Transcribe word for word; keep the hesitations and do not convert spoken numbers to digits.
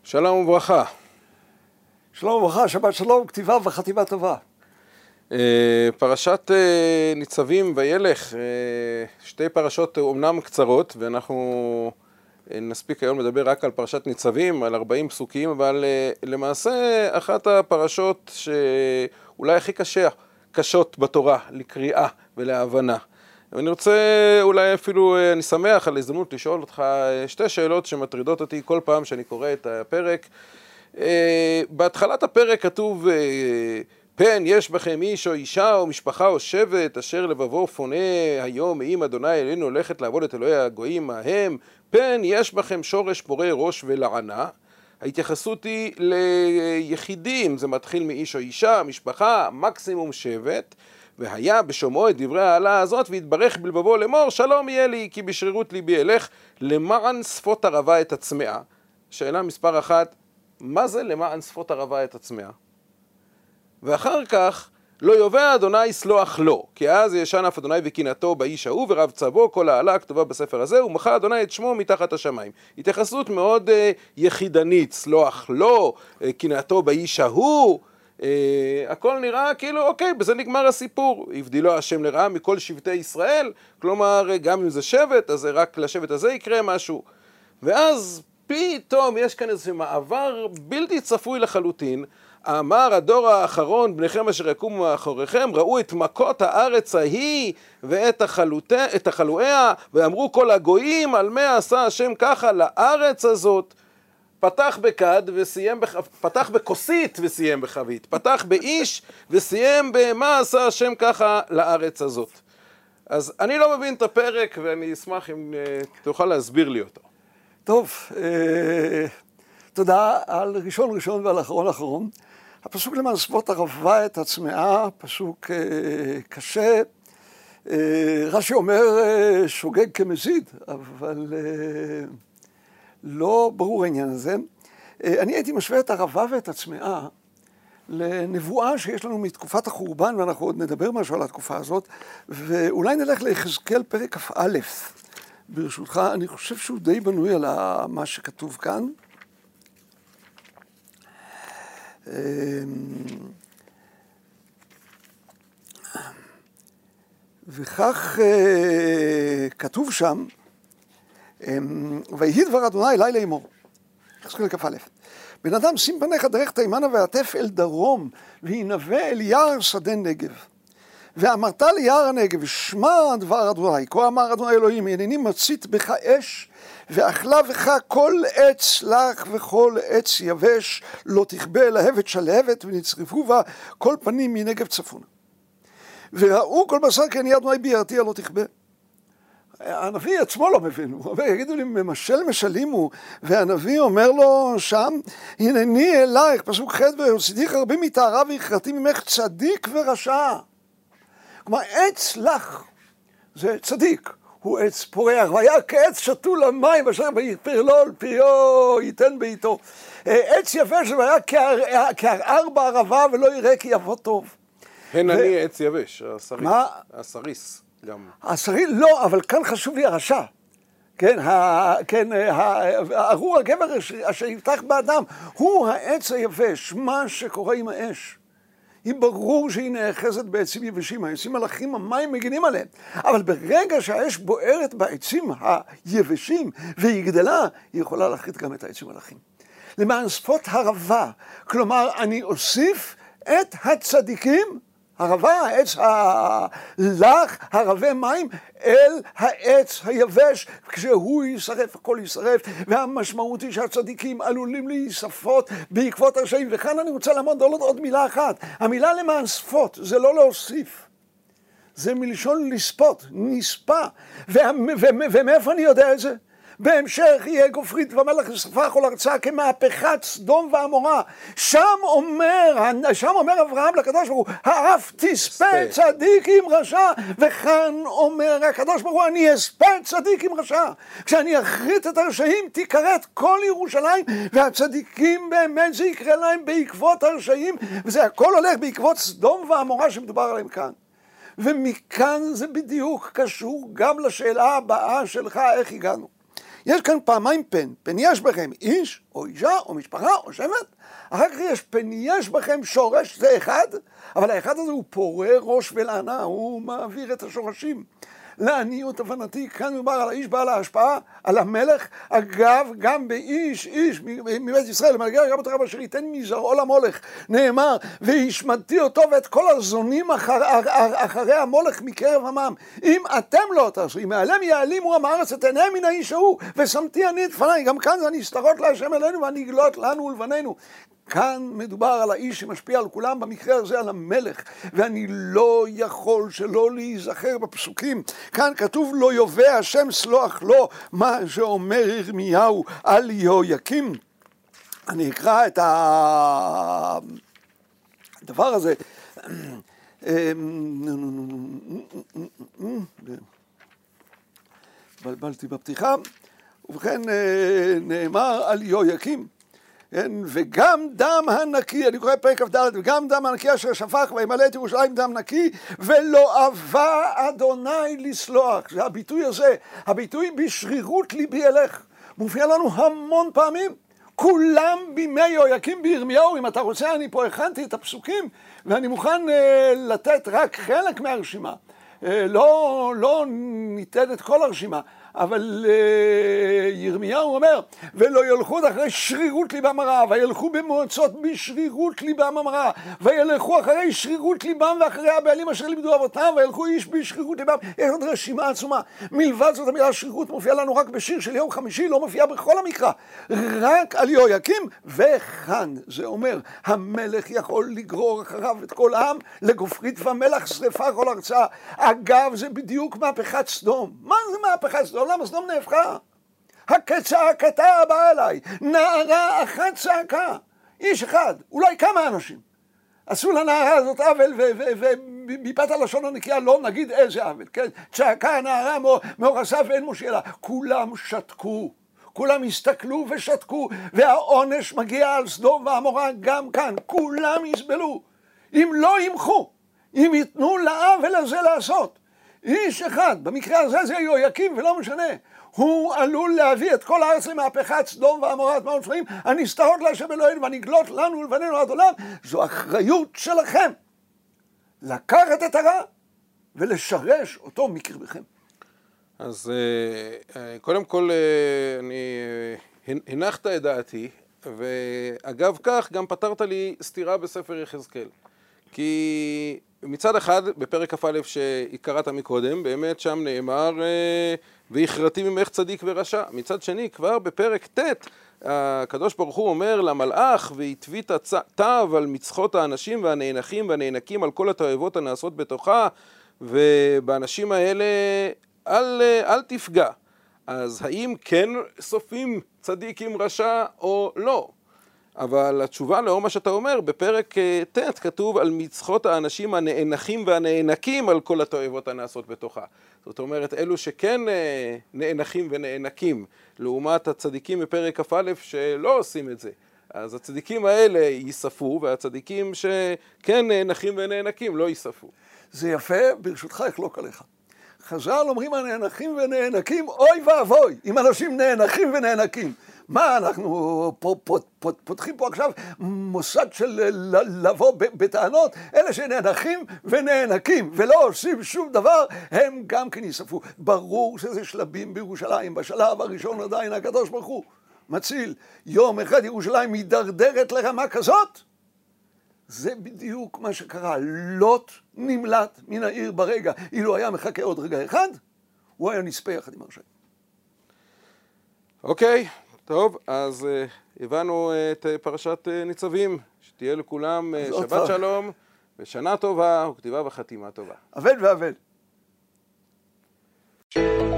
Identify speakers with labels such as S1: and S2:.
S1: שלום וברכה.
S2: שלום וברכה, שבת שלום, כתיבה וחתימה טובה.
S1: פרשת ניצבים וילך, שתי פרשות אומנם קצרות, ואנחנו נספיק היום לדבר רק על פרשת ניצבים, על ארבעים פסוקים, אבל למעשה אחת הפרשות שאולי הכי קשה, קשות בתורה לקריאה ולהבנה. ואני רוצה אולי אפילו, אני שמח על הזדמנות לשאול אותך שתי שאלות שמטרידות אותי כל פעם שאני קורא את הפרק. בהתחלת הפרק כתוב, פן יש בכם איש או אישה או משפחה או שבט אשר לבבו פונה היום אם אדוני אלינו הולכת לעבוד את אלוהי הגויים ההם, פן יש בכם שורש פורה ראש ולענה. ההתייחסות היא ליחידים, זה מתחיל מאיש או אישה, משפחה, מקסימום שבט. והיה בשומעו את דברי העלה הזאת והתברך בלבבו לאמור שלום יהיה לי כי בשרירות ליבי אלך למען שפות ערבה את הצמאה. שאלה מספר אחת, מה זה למען שפות ערבה את הצמאה? ואחר כך לא יובע אדוני סלוח לו, כי אז ישן אף אדוני וקנאתו באיש ההוא ורב צבו, כל העלה הכתובה בספר הזה, ומחה אדוני את שמו מתחת השמיים. התייחסות מאוד uh, יחידנית, סלוח לו, uh, קנאתו באיש ההוא, uh, הכל נראה כאילו אוקיי, בזה נגמר הסיפור. הבדילו השם לרעה מכל שבטי ישראל, כלומר גם אם זה שבט, אז רק לשבט הזה יקרה משהו. ואז פתאום יש כאן איזה מעבר בלתי צפוי לחלוטין. אמר הדור האחרון, בניכם אשר יקומו מאחוריכם, ראו את מכות הארץ ההיא ואת החלוטיה, את החלואיה, ואמרו כל הגויים, על מה עשה השם ככה לארץ הזאת. פתח בכד וסיים בח... פתח בכוסית וסיים בחבית, פתח באיש וסיים במה עשה השם ככה לארץ הזאת. אז אני לא מבין את הפרק ואני אשמח אם תוכל להסביר לי אותו.
S2: טוב, אה, תודה על ראשון ראשון ועל אחרון אחרון. הפסוק למען שפות ערבה את הצמאה, פסוק אה, קשה. אה, רש"י אומר אה, שוגג כמזיד, אבל אה, לא ברור העניין הזה. אה, אני הייתי משווה את ערבה ואת הצמאה לנבואה שיש לנו מתקופת החורבן, ואנחנו עוד נדבר משהו על התקופה הזאת, ואולי נלך ליחזקאל פרק כ"א. ברשותך, אני חושב שהוא די בנוי על מה שכתוב כאן. וכך כתוב שם, ויהי דבר אדוני אלי לאמור, יחזקאל כ"א, בן אדם שים פניך דרך תימנה ועטף אל דרום, והנבא אל יער שדה נגב. ואמרת ליער הנגב, שמע דבר אדוני, כה אמר אדוני אלוהים, הנני מצית בך אש, ואכלה בך כל עץ לך וכל עץ יבש, לא תכבה להבת שלהבת, ונצרפו בה כל פנים מנגב צפונה. וראו כל בשר כי אני אדוני ביארתי, לא תכבה. הנביא עצמו לא מבין, הוא אומר, יגידו לי, ממשל משלים הוא, והנביא אומר לו שם, הנני אלייך, פסוק ח' והוציאתיך רבים מטהרה והכרתי ממך צדיק ורשע. כלומר, עץ לך זה צדיק, הוא עץ פורח, והיה כעץ שתול המים, אשר פרלול, פריו ייתן בעיתו. עץ יבש, והיה כערער בערבה, ולא יראה כי יבוא טוב.
S1: הן אני עץ יבש, הסריס. מה? הסריס גם.
S2: הסריס, לא, אבל כאן חשוב לי הרשע. כן, כן, הארור הגבר אשר יפתח באדם, הוא העץ היבש, מה שקורה עם האש. היא ברור שהיא נאחזת בעצים יבשים, העצים מלאכים, המים מגינים עליהם. אבל ברגע שהאש בוערת בעצים היבשים והיא גדלה, היא יכולה להחריט גם את העצים מלאכים. למען שפות ערבה, כלומר אני אוסיף את הצדיקים, ערבה, העץ הלך, הרבה מים, אל העץ היבש, כשהוא יישרף, הכל יישרף, והמשמעות היא שהצדיקים עלולים להיספות בעקבות הרשעים, וכאן אני רוצה לעמוד עוד, עוד מילה אחת, המילה למען שפות, זה לא להוסיף, זה מלשון לספות, נספה, ומאיפה אני יודע את זה? בהמשך יהיה גופרית ומלך ישרפה כל ארצה כמהפכת סדום ועמורה. שם אומר, שם אומר אברהם לקדוש ברוך הוא, האף תספה צדיק עם רשע, וכאן אומר הקדוש ברוך הוא, אני אספה צדיק עם רשע. כשאני אחריט את הרשעים תיכרת כל ירושלים, והצדיקים באמת זה יקרה להם בעקבות הרשעים, וזה הכל הולך בעקבות סדום ועמורה שמדובר עליהם כאן. ומכאן זה בדיוק קשור גם לשאלה הבאה שלך, איך הגענו. יש כאן פעמיים פן, פן יש בכם איש, או אישה, או משפחה, או שבט, אחר כך יש פן יש בכם שורש, זה אחד, אבל האחד הזה הוא פורה ראש ולענה, הוא מעביר את השורשים. לעניות הבנתי, כאן מדובר על האיש בעל ההשפעה, על המלך, אגב, גם באיש, איש מבית ישראל, למלגר גם אותו רב אשר ייתן מזרעו למולך, נאמר, והשמדתי אותו ואת כל הזונים אחר, אחרי המולך מקרב עמם. אם אתם לא תעשו, אם מעלם יעלימו עם הארץ את עיניהם מן האיש ההוא, ושמתי אני את פניי, גם כאן זה נסתרות להשם אלינו והנגלות לנו ולבנינו. כאן מדובר על האיש שמשפיע על כולם, במקרה הזה על המלך, ואני לא יכול שלא להיזכר בפסוקים. כאן כתוב לא יובא השם סלוח לו, מה שאומר ירמיהו על יהויקים. אני אקרא את הדבר הזה. בלבלתי בפתיחה. ובכן נאמר על יהויקים. כן, וגם דם הנקי, אני קורא פרק כ"ד, וגם דם הנקי אשר שפך וימלא את ירושלים דם נקי, ולא אבה אדוני לסלוח. זה הביטוי הזה, הביטוי בשרירות ליבי אלך. מופיע לנו המון פעמים, כולם בימי יהויקים בירמיהו. אם אתה רוצה, אני פה הכנתי את הפסוקים, ואני מוכן uh, לתת רק חלק מהרשימה. Uh, לא, לא ניתן את כל הרשימה. אבל uh, ירמיהו אומר, ולא ילכו אחרי שרירות ליבם הרע, וילכו במועצות בשרירות ליבם המרע, וילכו אחרי שרירות ליבם ואחרי הבעלים אשר לימדו אבותם, וילכו איש בשרירות ליבם. יש עוד רשימה עצומה. מלבד זאת המילה שרירות מופיעה לנו רק בשיר של יום חמישי, לא מופיעה בכל המקרא, רק על יהויקים. וכאן זה אומר, המלך יכול לגרור אחריו את כל העם לגופרית ומלח שרפה כל ארצה. אגב, זה בדיוק מהפכת סדום. מה זה מהפכת סדום? למה סדום נהפכה? הכצעקתה הבאה אליי, נערה אחת צעקה, איש אחד, אולי כמה אנשים עשו לנערה הזאת עוול, ומפאת הלשון הנקייה לא נגיד איזה עוול, כן? צעקה הנערה מאורסה ואין מושיע לה. כולם שתקו, כולם הסתכלו ושתקו, והעונש מגיע על סדום ועמורה גם כאן, כולם יסבלו. אם לא ימחו, אם ייתנו לעוול הזה לעשות, איש אחד, במקרה הזה זה יהויקים ולא משנה, הוא עלול להביא את כל הארץ למהפכת סדום ועמורה, מה אומרים? הנסתרות להשם אלוהינו והנגלות לנו ולבנינו עד עולם. זו אחריות שלכם לקחת את הרע ולשרש אותו מקרבכם.
S1: אז קודם כל אני הנחת את דעתי, ואגב כך גם פתרת לי סתירה בספר יחזקאל. כי מצד אחד, בפרק כ"א שקראת מקודם, באמת שם נאמר, והכרתי ממך צדיק ורשע. מצד שני, כבר בפרק ט', הקדוש ברוך הוא אומר למלאך, והטבית תו על מצחות האנשים והנאנחים והנאנקים על כל התועבות הנעשות בתוכה, ובאנשים האלה אל, אל תפגע. אז האם כן סופים צדיק עם רשע או לא? אבל התשובה לאור מה שאתה אומר, בפרק ט' כתוב על מצחות האנשים הנאנחים והנאנקים על כל התועבות הנעשות בתוכה. זאת אומרת, אלו שכן נאנחים ונאנקים, לעומת הצדיקים בפרק כ"א שלא עושים את זה. אז הצדיקים האלה ייספו, והצדיקים שכן נאנחים ונאנקים לא ייספו.
S2: זה יפה, ברשותך אחלוק עליך. חז"ל אומרים הנאנחים ונאנקים, אוי ואבוי, אם אנשים נאנחים ונאנקים. מה, אנחנו פותחים פה עכשיו מוסד של לבוא בטענות? אלה שנאנחים ונאנקים ולא עושים שום דבר, הם גם כן ייספו. ברור שזה שלבים בירושלים. בשלב הראשון עדיין הקדוש ברוך הוא מציל. יום אחד ירושלים מדרדרת לרמה כזאת. זה בדיוק מה שקרה. לוט נמלט מן העיר ברגע. אילו היה מחכה עוד רגע אחד, הוא היה נספה יחד עם הרשעים.
S1: אוקיי. טוב, אז uh, הבנו את uh, פרשת uh, ניצבים, שתהיה לכולם uh, שבת טוב. שלום ושנה טובה וכתיבה וחתימה טובה.
S2: אבד ואבד.